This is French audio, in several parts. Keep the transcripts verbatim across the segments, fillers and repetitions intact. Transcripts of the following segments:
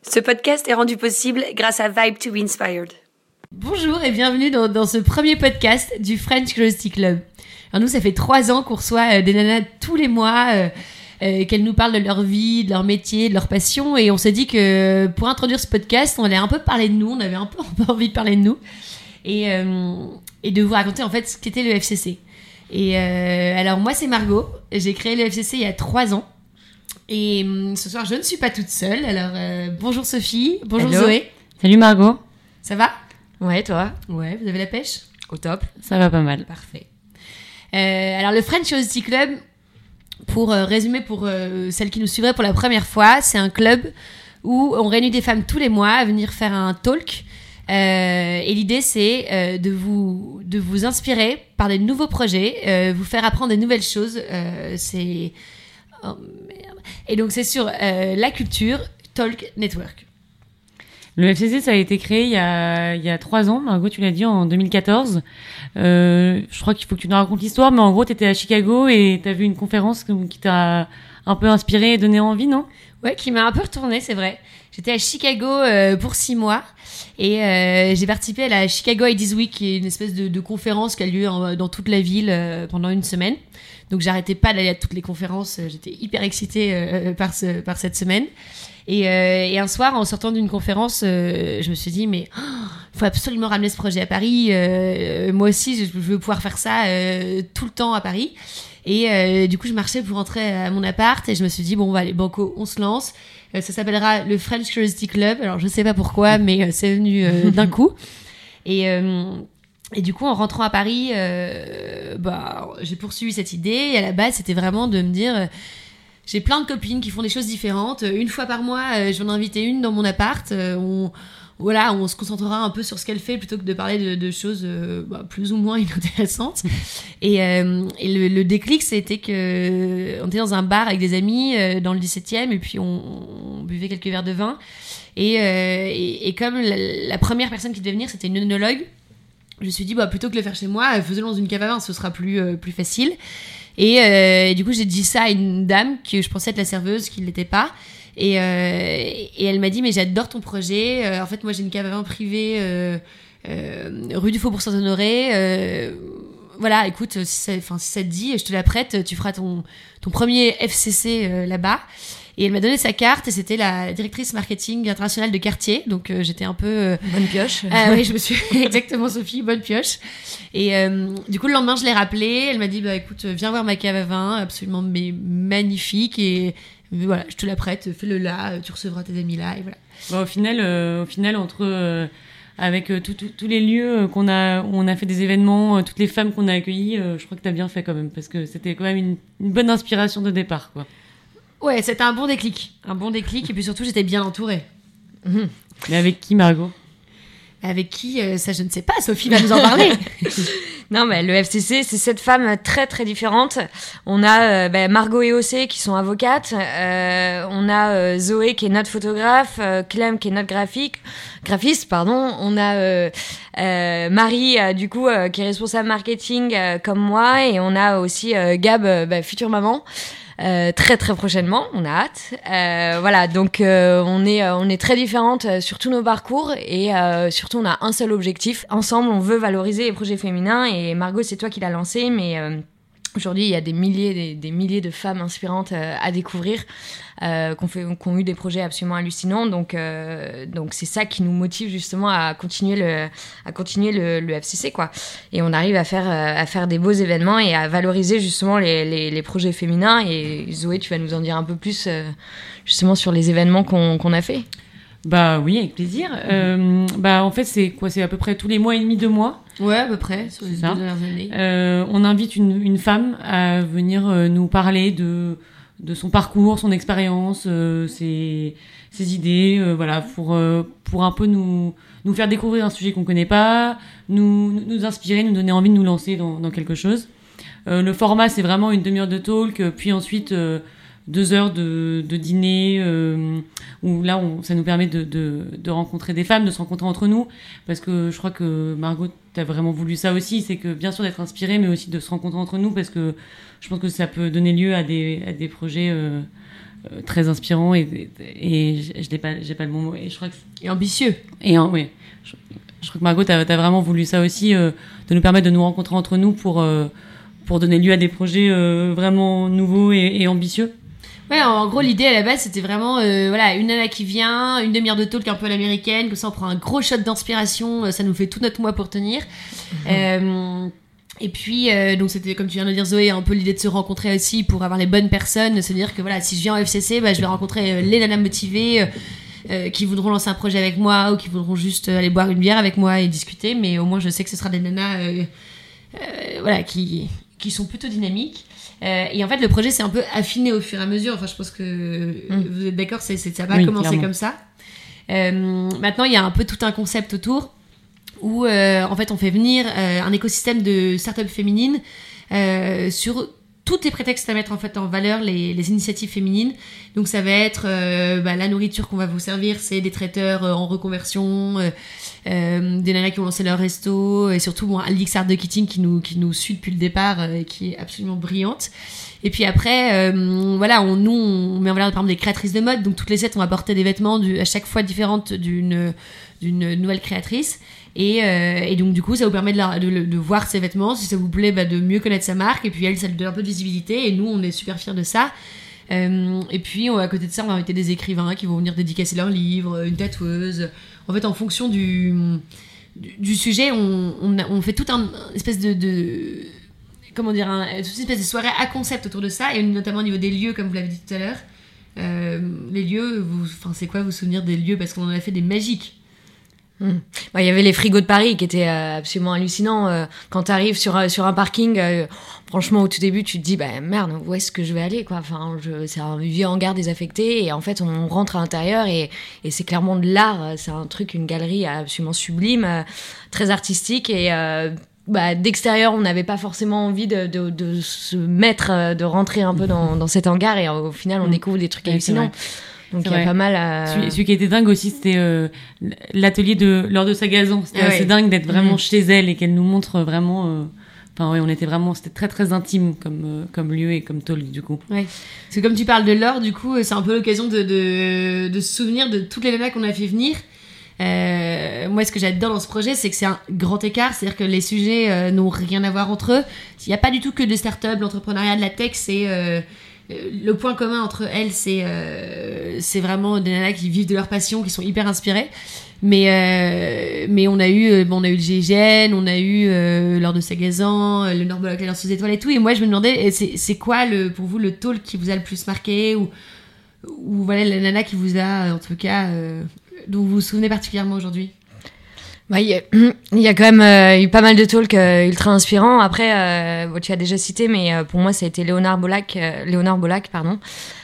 Ce podcast est rendu possible grâce à Vibe to be Inspired. Bonjour et bienvenue dans, dans ce premier podcast du French Curiosity Club. Alors nous, ça fait trois ans qu'on reçoit euh, des nanas tous les mois, euh, euh, qu'elles nous parlent de leur vie, de leur métier, de leur passion. Et on s'est dit que pour introduire ce podcast, on allait un peu parler de nous, on avait un peu, un peu envie de parler de nous. Et, euh, et de vous raconter en fait ce qu'était le F C C. Et euh, alors moi, c'est Margot, j'ai créé le F C C il y a trois ans. Et euh, ce soir, je ne suis pas toute seule. Alors euh, bonjour Sophie, bonjour Hello. Zoé. Salut Margot. Ça va ? Ouais, toi ? Ouais, vous avez la pêche ? Au top. Ça va pas mal. Parfait. Euh, alors le French Curiosity Club, pour euh, résumer pour euh, celles qui nous suivraient pour la première fois, c'est un club où on réunit des femmes tous les mois à venir faire un talk. Euh, et l'idée c'est euh, de vous de vous inspirer par des nouveaux projets, euh, vous faire apprendre des nouvelles choses. Euh, c'est oh, merde. Et donc c'est sur euh, la culture Talk Network. Le F C C, ça a été créé il y a, il y a trois ans. Margot, tu l'as dit, en deux mille quatorze. Euh, je crois qu'il faut que tu nous racontes l'histoire, mais en gros, t'étais à Chicago et t'as vu une conférence qui t'a un peu inspiré et donné envie, non ? Ouais, qui m'a un peu retournée, c'est vrai. J'étais à Chicago euh, pour six mois et euh, j'ai participé à la Chicago Ideas Week, qui est une espèce de, de conférence qui a lieu en, dans toute la ville euh, pendant une semaine. Donc j'arrêtais pas d'aller à toutes les conférences, j'étais hyper excitée euh, par, ce, par cette semaine. Et, euh, et un soir, en sortant d'une conférence, euh, je me suis dit, mais il oh, faut absolument ramener ce projet à Paris. Euh, moi aussi, je, je veux pouvoir faire ça euh, tout le temps à Paris. Et euh, du coup, je marchais pour rentrer à mon appart et je me suis dit, bon, on va aller banco, on se lance. Euh, ça s'appellera le French Curiosity Club. Alors, je sais pas pourquoi, mais euh, c'est venu euh, d'un coup. Et... Euh, Et du coup, en rentrant à Paris, euh, bah, j'ai poursuivi cette idée. Et à la base, c'était vraiment de me dire, euh, j'ai plein de copines qui font des choses différentes. Une fois par mois, euh, je vais en inviter une dans mon appart. Euh, on, voilà, on se concentrera un peu sur ce qu'elle fait plutôt que de parler de, de choses euh, bah, plus ou moins inintéressantes. et euh, et le, le déclic, c'était que on était dans un bar avec des amis euh, dans le dix-septième et puis on, on buvait quelques verres de vin. Et, euh, et, et comme la, la première personne qui devait venir, c'était une œnologue, je me suis dit, bah, plutôt que de le faire chez moi, faisons-le dans une cave à vin, ce sera plus, euh, plus facile. Et, euh, et du coup, j'ai dit ça à une dame que je pensais être la serveuse, qui ne l'était pas. Et, euh, et elle m'a dit, mais j'adore ton projet. Euh, en fait, moi, j'ai une cave à vin privée euh, euh, rue du Faubourg Saint-Honoré. Euh, voilà, écoute, si ça, si ça te dit, je te la prête, tu feras ton, ton premier F C C euh, là-bas. Et elle m'a donné sa carte et c'était la directrice marketing internationale de Cartier. Donc euh, j'étais un peu... Euh... Bonne pioche. Ah oui, je me suis... Exactement, Sophie, bonne pioche. Et euh, du coup, le lendemain, je l'ai rappelée. Elle m'a dit, bah écoute, viens voir ma cave à vin, absolument mais magnifique. Et voilà, je te la prête, fais-le là, tu recevras tes amis là. Et voilà. Bon, au final, euh, au final entre... Euh, avec euh, tous les lieux qu'on a, où on a fait des événements, euh, toutes les femmes qu'on a accueillies, euh, je crois que t'as bien fait quand même. Parce que c'était quand même une, une bonne inspiration de départ, quoi. Ouais, c'était un bon déclic. Un bon déclic, et puis surtout, j'étais bien entourée. Mmh. Mais avec qui, Margot ? Avec qui euh, ça, je ne sais pas. Sophie va nous en parler. Non, mais le F C C, c'est sept femmes très, très différentes. On a euh, bah, Margot et Océ qui sont avocates. Euh, on a euh, Zoé qui est notre photographe. Euh, Clem qui est notre graphique, graphiste, pardon. On a euh, euh, Marie, euh, du coup, euh, qui est responsable marketing euh, comme moi. Et on a aussi euh, Gab, euh, bah, future maman. Euh, très très prochainement, on a hâte. Euh, voilà, donc euh, on est euh, on est très différentes euh, sur tous nos parcours et euh, surtout on a un seul objectif. Ensemble, on veut valoriser les projets féminins et Margot, c'est toi qui l'as lancé, mais euh, aujourd'hui il y a des milliers des, des milliers de femmes inspirantes euh, à découvrir. Euh, qu'on fait, qu'on eu des projets absolument hallucinants, donc euh, donc c'est ça qui nous motive justement à continuer le à continuer le, le F C C, quoi. Et on arrive à faire à faire des beaux événements et à valoriser justement les les, les projets féminins. Et Zoé, tu vas nous en dire un peu plus euh, justement sur les événements qu'on qu'on a fait. Bah oui, avec plaisir. Mmh. Euh, bah en fait c'est quoi, c'est à peu près tous les mois et demi, deux mois. Ouais, à peu près sur les deux dernières années. Euh, on invite une une femme à venir euh, nous parler de de son parcours, son expérience, euh, ses, ses idées, euh, voilà, pour, euh, pour un peu nous, nous faire découvrir un sujet qu'on connaît pas, nous, nous inspirer, nous donner envie de nous lancer dans, dans quelque chose. Euh, le format, c'est vraiment une demi-heure de talk, puis ensuite euh, deux heures de, de dîner, euh, où là, on, ça nous permet de, de, de rencontrer des femmes, de se rencontrer entre nous, parce que je crois que Margot, t'as vraiment voulu ça aussi, c'est que bien sûr d'être inspirée, mais aussi de se rencontrer entre nous, parce que je pense que ça peut donner lieu à des, à des projets euh, euh, très inspirant et, et, et je n'ai pas, j'ai pas le bon mot. Et je crois que et ambitieux. Et en, oui, je, je crois que Margot, tu as vraiment voulu ça aussi, euh, de nous permettre de nous rencontrer entre nous pour, euh, pour donner lieu à des projets euh, vraiment nouveaux et, et ambitieux. Ouais, en gros, l'idée à la base, c'était vraiment euh, voilà, une nana qui vient, une demi-heure de talk un peu à l'américaine, comme ça on prend un gros shot d'inspiration, euh, ça nous fait tout notre mois pour tenir. Mmh. Euh, et puis, euh, donc c'était, comme tu viens de dire, Zoé, un peu l'idée de se rencontrer aussi pour avoir les bonnes personnes, de se dire que voilà, si je viens au F C C, bah, je vais rencontrer euh, les nanas motivées euh, euh, qui voudront lancer un projet avec moi ou qui voudront juste euh, aller boire une bière avec moi et discuter, mais au moins je sais que ce sera des nanas euh, euh, voilà, qui, qui sont plutôt dynamiques. Euh, et en fait, le projet s'est un peu affiné au fur et à mesure. Enfin, je pense que mmh. vous êtes d'accord, c'est, c'est, ça n'a pas oui, commencé clairement. Comme ça. Euh, maintenant, il y a un peu tout un concept autour où, euh, en fait, on fait venir euh, un écosystème de startups féminines euh, sur tous les prétextes à mettre en fait en valeur les, les initiatives féminines. Donc, ça va être euh, bah, la nourriture qu'on va vous servir, c'est des traiteurs euh, en reconversion, euh, euh, des nanas qui ont lancé leur resto, et surtout bon, Alix Art de Kitting qui nous qui nous suit depuis le départ et euh, qui est absolument brillante. Et puis après, euh, voilà, on, nous on met en valeur par exemple des créatrices de mode. Donc toutes les sets, on va porter des vêtements du, à chaque fois différentes d'une d'une nouvelle créatrice. Et, euh, et donc du coup, ça vous permet de, la, de, de voir ses vêtements, si ça vous plaît, bah, de mieux connaître sa marque. Et puis elle, ça lui donne un peu de visibilité. Et nous, on est super fiers de ça. Euh, et puis on, à côté de ça, on va inviter des écrivains qui vont venir dédicacer leurs livres, une tatoueuse. En fait, en fonction du du, du sujet, on, on, a, on fait tout un espèce de, de comment dire, un, toute une espèce de soirée à concept autour de ça, et notamment au niveau des lieux, comme vous l'avez dit tout à l'heure. Euh, les lieux, vous, enfin, c'est quoi vous souvenir des lieux, parce qu'on en a fait des magiques. Mmh. Bah, y avait les frigos de Paris qui étaient euh, absolument hallucinants. Euh, quand tu arrives sur, euh, sur un parking, euh, franchement, au tout début, tu te dis, bah merde, où est-ce que je vais aller, quoi. Enfin, je, c'est un vieux hangar désaffecté, et en fait, on rentre à l'intérieur, et, et c'est clairement de l'art. C'est un truc, une galerie absolument sublime, euh, très artistique, et euh, bah, d'extérieur, on n'avait pas forcément envie de, de, de se mettre, de rentrer un peu dans, dans cet hangar, et au final, on découvre des trucs hallucinants. Donc il y a pas mal à... Celui, celui qui était dingue aussi, c'était euh, l'atelier de Laure de Sagazan. C'était ah assez ouais. dingue d'être vraiment mmh. chez elle et qu'elle nous montre vraiment... Euh... Enfin oui, on était vraiment... C'était très très intime comme, euh, comme lieu et comme talk du coup. Ouais. Parce que comme tu parles de Laure, du coup, c'est un peu l'occasion de, de, de se souvenir de toutes les nanas qu'on a fait venir. Euh, moi, ce que j'adore dans ce projet, c'est que c'est un grand écart. C'est-à-dire que les sujets euh, n'ont rien à voir entre eux. Il n'y a pas du tout que des startups, l'entrepreneuriat, de la tech, c'est... Euh, le point commun entre elles, c'est euh, c'est vraiment des nanas qui vivent de leur passion, qui sont hyper inspirées. Mais euh, mais on a eu bon, on a eu le G I G N, on a eu euh, Laure de Sagazan, le Nord-Boloc, la Danseuse étoiles et tout. Et moi, je me demandais, c'est c'est quoi le pour vous le talk qui vous a le plus marqué, ou ou voilà la nana qui vous a en tout cas euh, dont vous vous souvenez particulièrement aujourd'hui? Bah, il y a, il y a quand même euh, eu pas mal de talks euh, ultra inspirants. Après, euh, bon, tu as déjà cité, mais euh, pour moi, ça a été Léonard Bollac, euh, Léonard Bollac, pardon.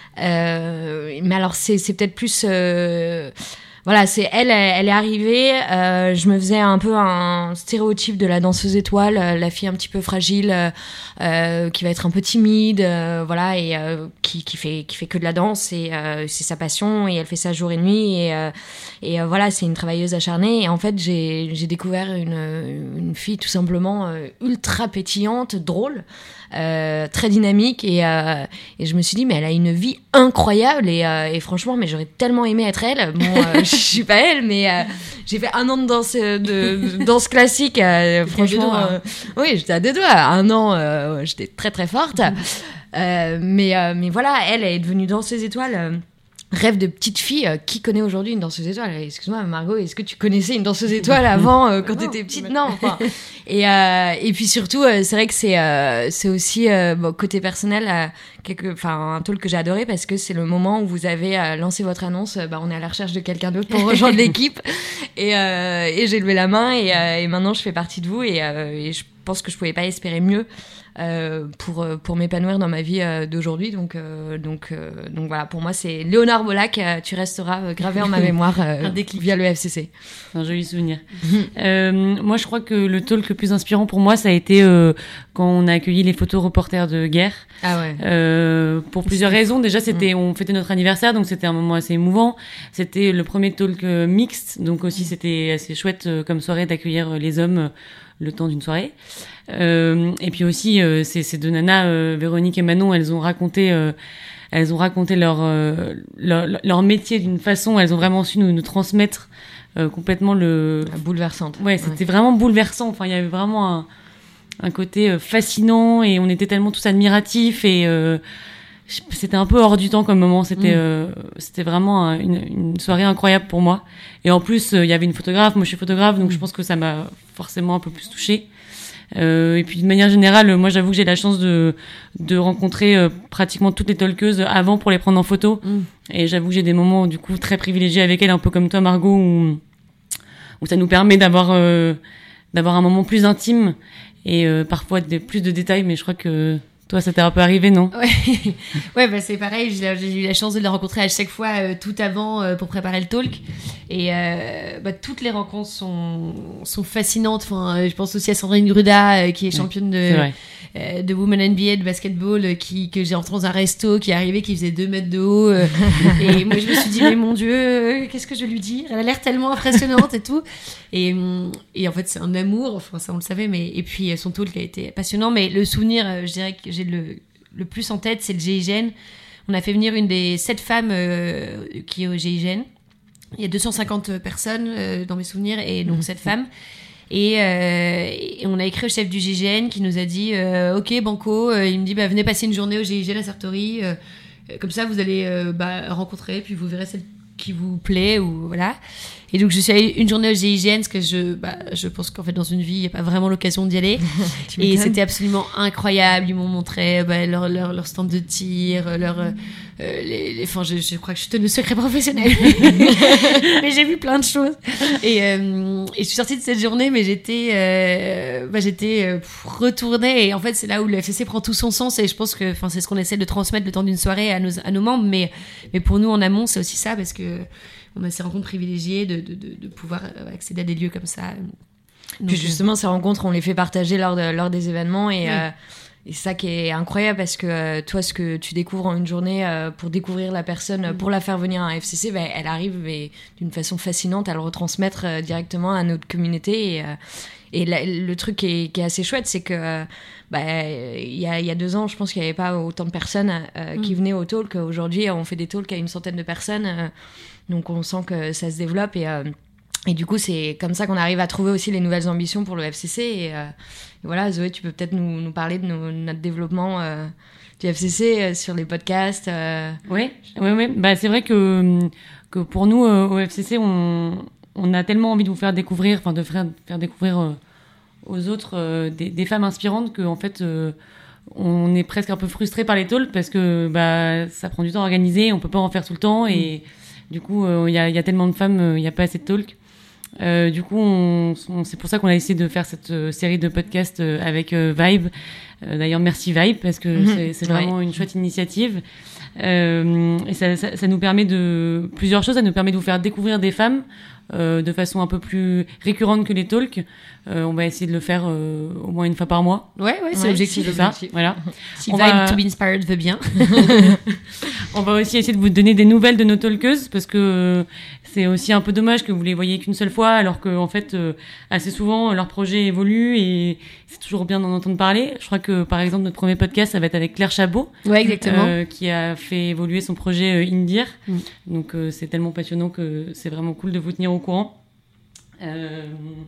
Euh, mais alors, c'est, c'est peut-être plus... Euh, voilà, c'est elle, elle, elle est arrivée, euh, je me faisais un peu un stéréotype de la danseuse étoile, euh, la fille un petit peu fragile, euh, euh, qui va être un peu timide, euh, voilà, et euh, qui, qui fait qui fait que de la danse, et euh, c'est sa passion, et elle fait ça jour et nuit, et euh, et euh, voilà, c'est une travailleuse acharnée. Et en fait, j'ai j'ai découvert une une fille tout simplement euh, ultra pétillante, drôle. Euh, très dynamique, et, euh, et je me suis dit mais elle a une vie incroyable, et, euh, et franchement mais j'aurais tellement aimé être elle. Bon, euh, je suis pas elle, mais euh, j'ai fait un an de danse de, de danse classique, euh, franchement euh, oui, j'étais à deux doigts. Un an euh, j'étais très très forte. euh, mais euh, mais voilà, elle, elle est devenue danseuse étoile. euh, Rêve de petite fille, euh, qui connaît aujourd'hui une danseuse étoile? Excuse-moi Margot, est-ce que tu connaissais une danseuse étoile avant, euh, quand t'étais petite? Non, enfin. Et euh, et puis surtout, euh, c'est vrai que c'est euh, c'est aussi euh, bon, côté personnel, euh, quelque, enfin un talk que j'ai adoré, parce que c'est le moment où vous avez euh, lancé votre annonce. Euh, bah on est à la recherche de quelqu'un d'autre pour rejoindre l'équipe, et euh, et j'ai levé la main, et euh, et maintenant je fais partie de vous, et euh, et je pense que je pouvais pas espérer mieux. Euh, pour pour m'épanouir dans ma vie euh, d'aujourd'hui, donc euh, donc euh, donc voilà, pour moi c'est Léonard Bollac, euh, tu resteras gravé en ma mémoire euh, via le F C C. Un joli souvenir. euh, moi je crois que le talk le plus inspirant pour moi, ça a été euh, quand on a accueilli les photos reporters de guerre. Ah ouais. Euh, pour plusieurs raisons. Déjà, c'était, on fêtait notre anniversaire, donc c'était un moment assez émouvant. C'était le premier talk euh, mixte, donc aussi c'était assez chouette euh, comme soirée d'accueillir euh, les hommes. le temps d'une soirée. Euh, et puis aussi, euh, ces, ces deux nanas, euh, Véronique et Manon, elles ont raconté, euh, elles ont raconté leur, euh, leur leur métier d'une façon. Elles ont vraiment su nous, nous transmettre euh, complètement le. Bouleversante. Ouais, c'était ouais. vraiment bouleversant. Enfin, il y avait vraiment un, un côté euh, fascinant et on était tellement tous admiratifs et euh, c'était un peu hors du temps comme moment. C'était, mmh. euh, c'était vraiment un, une, une soirée incroyable pour moi. Et en plus, il euh, y avait une photographe. Moi, je suis photographe, donc mmh. je pense que ça m'a forcément un peu plus touchée. Euh, et puis de manière générale, moi j'avoue que j'ai la chance de de rencontrer euh, pratiquement toutes les talkeuses avant pour les prendre en photo. Mm. Et j'avoue que j'ai des moments du coup très privilégiés avec elles, un peu comme toi Margot, où où ça nous permet d'avoir euh, d'avoir un moment plus intime et euh, parfois de, plus de détails. Mais je crois que toi, ça t'est un peu arrivé, non? Ouais, ouais, bah c'est pareil. J'ai, j'ai eu la chance de les rencontrer à chaque fois euh, tout avant euh, pour préparer le talk. Et euh, bah, toutes les rencontres sont sont fascinantes. Enfin, euh, je pense aussi à Sandrine Gruda, euh, qui est championne de euh, de Women N B A de basketball, euh, qui que j'ai rencontré dans un resto, qui est arrivée, qui faisait deux mètres de haut. Euh, et moi, je me suis dit, mais mon Dieu, euh, qu'est-ce que je vais lui dire? Elle a l'air tellement impressionnante et tout. Et et en fait, c'est un amour. Enfin, ça on le savait. Mais et puis son talk a été passionnant. Mais le souvenir, euh, je dirais que j'ai le, le plus en tête, c'est le G I G N. On a fait venir une des sept femmes euh, qui est au G I G N. Il y a deux cent cinquante personnes euh, dans mes souvenirs, et donc sept femmes. Et, euh, et on a écrit au chef du G I G N qui nous a dit euh, « Ok, banco euh, », il me dit bah, « Venez passer une journée au G I G N à Sartori, euh, comme ça vous allez euh, bah, rencontrer, puis vous verrez celle qui vous plaît. » ou voilà. Et donc je suis allée une journée au G I G N parce que je, bah, je pense qu'en fait dans une vie il n'y a pas vraiment l'occasion d'y aller. Et c'était absolument incroyable. Ils m'ont montré bah, leur, leur, leur stand de tir, leur, euh, les, les, enfin je, je crois que je suis tenue secret professionnel. Mais j'ai vu plein de choses. Et, euh, et je suis sortie de cette journée, mais j'étais, euh, bah, j'étais euh, retournée. Et en fait c'est là où le F C C prend tout son sens. Et je pense que c'est ce qu'on essaie de transmettre le temps d'une soirée à nos, à nos membres. Mais, mais pour nous en amont c'est aussi ça, parce que on a ces rencontres privilégiées de, de, de, de pouvoir accéder à des lieux comme ça. Donc, puis justement, ces rencontres, on les fait partager lors, de, lors des événements. Et, oui. euh, et c'est ça qui est incroyable, parce que euh, toi, ce que tu découvres en une journée euh, pour découvrir la personne, mmh. pour la faire venir à un F C C, bah, elle arrive mais, d'une façon fascinante à le retransmettre euh, directement à notre communauté. Et, euh, et la, le truc qui est, qui est assez chouette, c'est que euh, bah, il y a, il y a deux ans, je pense qu'il n'y avait pas autant de personnes euh, mmh. qui venaient au talk. Aujourd'hui, on fait des talks à une centaine de personnes. Euh, Donc on sent que ça se développe, et, euh, et du coup c'est comme ça qu'on arrive à trouver aussi les nouvelles ambitions pour le F C C. Et, euh, et voilà, Zoé, tu peux peut-être nous, nous parler de nos, notre développement euh, du F C C euh, sur les podcasts. Euh... Oui, oui, oui. Bah, c'est vrai que, que pour nous euh, au F C C, on, on a tellement envie de vous faire découvrir, enfin de faire, faire découvrir euh, aux autres euh, des, des femmes inspirantes, qu'en fait euh, on est presque un peu frustrés par les talks, parce que bah, ça prend du temps à organiser, on peut pas en faire tout le temps. Et mmh. Du coup, il euh, y, y a tellement de femmes, il euh, n'y a pas assez de talk. Euh, du coup, on, on, c'est pour ça qu'on a essayé de faire cette euh, série de podcasts euh, avec euh, Vibe. Euh, d'ailleurs, merci Vibe, parce que mmh. c'est, c'est vraiment ouais. une chouette initiative. Euh, et ça, ça, ça nous permet de plusieurs choses. Ça nous permet de vous faire découvrir des femmes euh, de façon un peu plus récurrente que les talks. Euh, on va essayer de le faire euh, au moins une fois par mois. Ouais, ouais, c'est ouais, l'objectif. C'est ça. Voilà. Si on Vibe va... to be inspired veut bien. On va aussi essayer de vous donner des nouvelles de nos talkeuses, parce que c'est aussi un peu dommage que vous les voyez qu'une seule fois, alors que en fait, euh, assez souvent, leur projet évolue et c'est toujours bien d'en entendre parler. Je crois que par exemple notre premier podcast, ça va être avec Claire Chabot, ouais, exactement, euh, qui a fait évoluer son projet euh, Indir. Mm. Donc euh, c'est tellement passionnant que c'est vraiment cool de vous tenir au courant. Euh...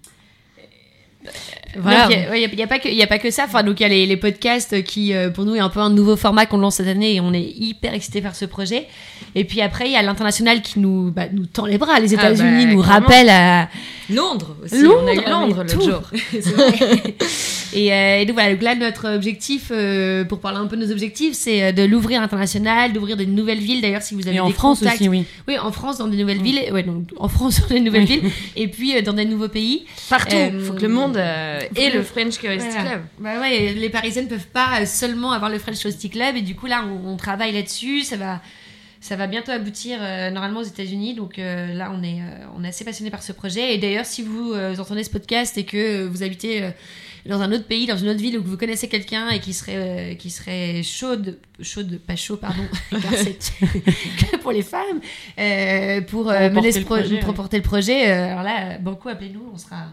Voilà. Il n'y ouais, a, a pas que il y a pas que ça. Enfin, donc il y a les, les podcasts qui euh, pour nous est un peu un nouveau format qu'on lance cette année, et on est hyper excités par ce projet. Et puis après il y a l'international qui nous bah, nous tend les bras. Les États-Unis ah bah, nous rappellent à Londres aussi. Londres, on a eu Londres l'autre jour. C'est vrai. Et, euh, et donc voilà, donc là notre objectif, euh, pour parler un peu de nos objectifs, c'est de l'ouvrir à l'international, d'ouvrir des nouvelles villes. D'ailleurs, si vous avez et des en France contacts, aussi, oui. Oui, en France dans des nouvelles mmh. villes. Ouais, donc en France dans des nouvelles villes, et puis euh, dans des nouveaux pays. Partout. Il euh, faut que le monde euh, ait le French Curiosity voilà. Club. Bah ouais, les Parisiennes ne peuvent pas seulement avoir le French Curiosity Club, et du coup là on, on travaille là-dessus. Ça va, ça va bientôt aboutir euh, normalement aux États-Unis. Donc euh, là on est, euh, on est assez passionnés par ce projet. Et d'ailleurs, si vous euh, entendez ce podcast et que vous habitez euh, dans un autre pays, dans une autre ville, où vous connaissez quelqu'un et qui serait, euh, qui serait chaude, chaude, pas chaud, pardon, car c'est pour les femmes, euh, pour, euh, mener ce pro- projet, pour ouais. porter le projet, euh, alors là, banco, appelez-nous, on sera,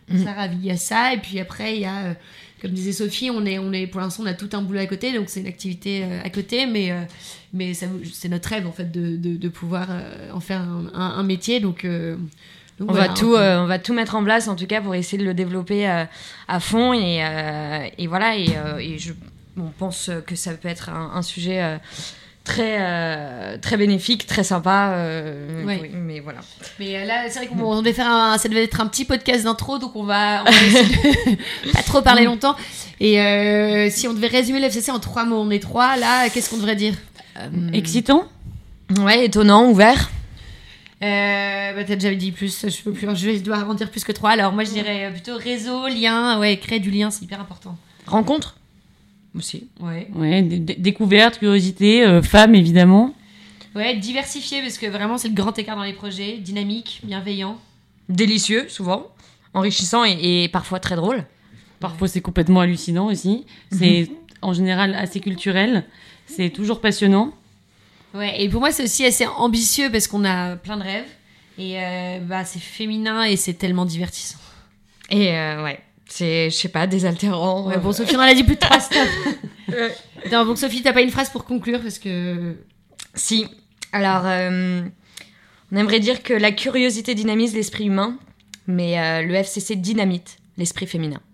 Mmh. Ça ravit. Il y a ça, et puis après, il y a, euh, comme disait Sophie, on est, on est, pour l'instant, on a tout un boulot à côté, donc c'est une activité euh, à côté, mais, euh, mais ça, c'est notre rêve, en fait, de, de, de pouvoir euh, en faire un, un, un métier, donc... Euh, donc on, voilà, va tout, euh, on va tout mettre en place, en tout cas, pour essayer de le développer euh, à fond, et, euh, et voilà, et, euh, et je on pense que ça peut être un, un sujet... Euh, très euh, très bénéfique, très sympa, euh, ouais. oui, mais voilà. Mais euh, là, c'est vrai qu'on bon, devait faire un, ça devait être un petit podcast d'intro, donc on va, on va essayer de pas trop parler longtemps. Et euh, si on devait résumer l'F C C en trois mots, on est trois, là, qu'est-ce qu'on devrait dire? euh, Excitant. Ouais, étonnant, ouvert. Euh, bah, t'as déjà dit plus, je peux plus, je dois en dire plus que trois. Alors moi, je dirais plutôt réseau, lien, ouais, créer du lien, c'est hyper important. Rencontre aussi. Ouais. Ouais, d- d- découverte, curiosité, euh, femme évidemment. Ouais, diversifié parce que vraiment c'est le grand écart dans les projets, dynamique, bienveillant. Délicieux, souvent. Enrichissant et, et parfois très drôle. Parfois c'est complètement hallucinant aussi. C'est mm-hmm. en général assez culturel. C'est toujours passionnant. Ouais, et pour moi c'est aussi assez ambitieux parce qu'on a plein de rêves. Et euh, bah, c'est féminin et c'est tellement divertissant. Et euh, ouais. C'est, je sais pas, désaltérant. Ouais, bon, Sophie, on en a dit plus de trois, stop. Non, bon, Sophie, t'as pas une phrase pour conclure parce que... Si. Alors, euh, on aimerait dire que la curiosité dynamise l'esprit humain, mais euh, le F C C dynamite l'esprit féminin.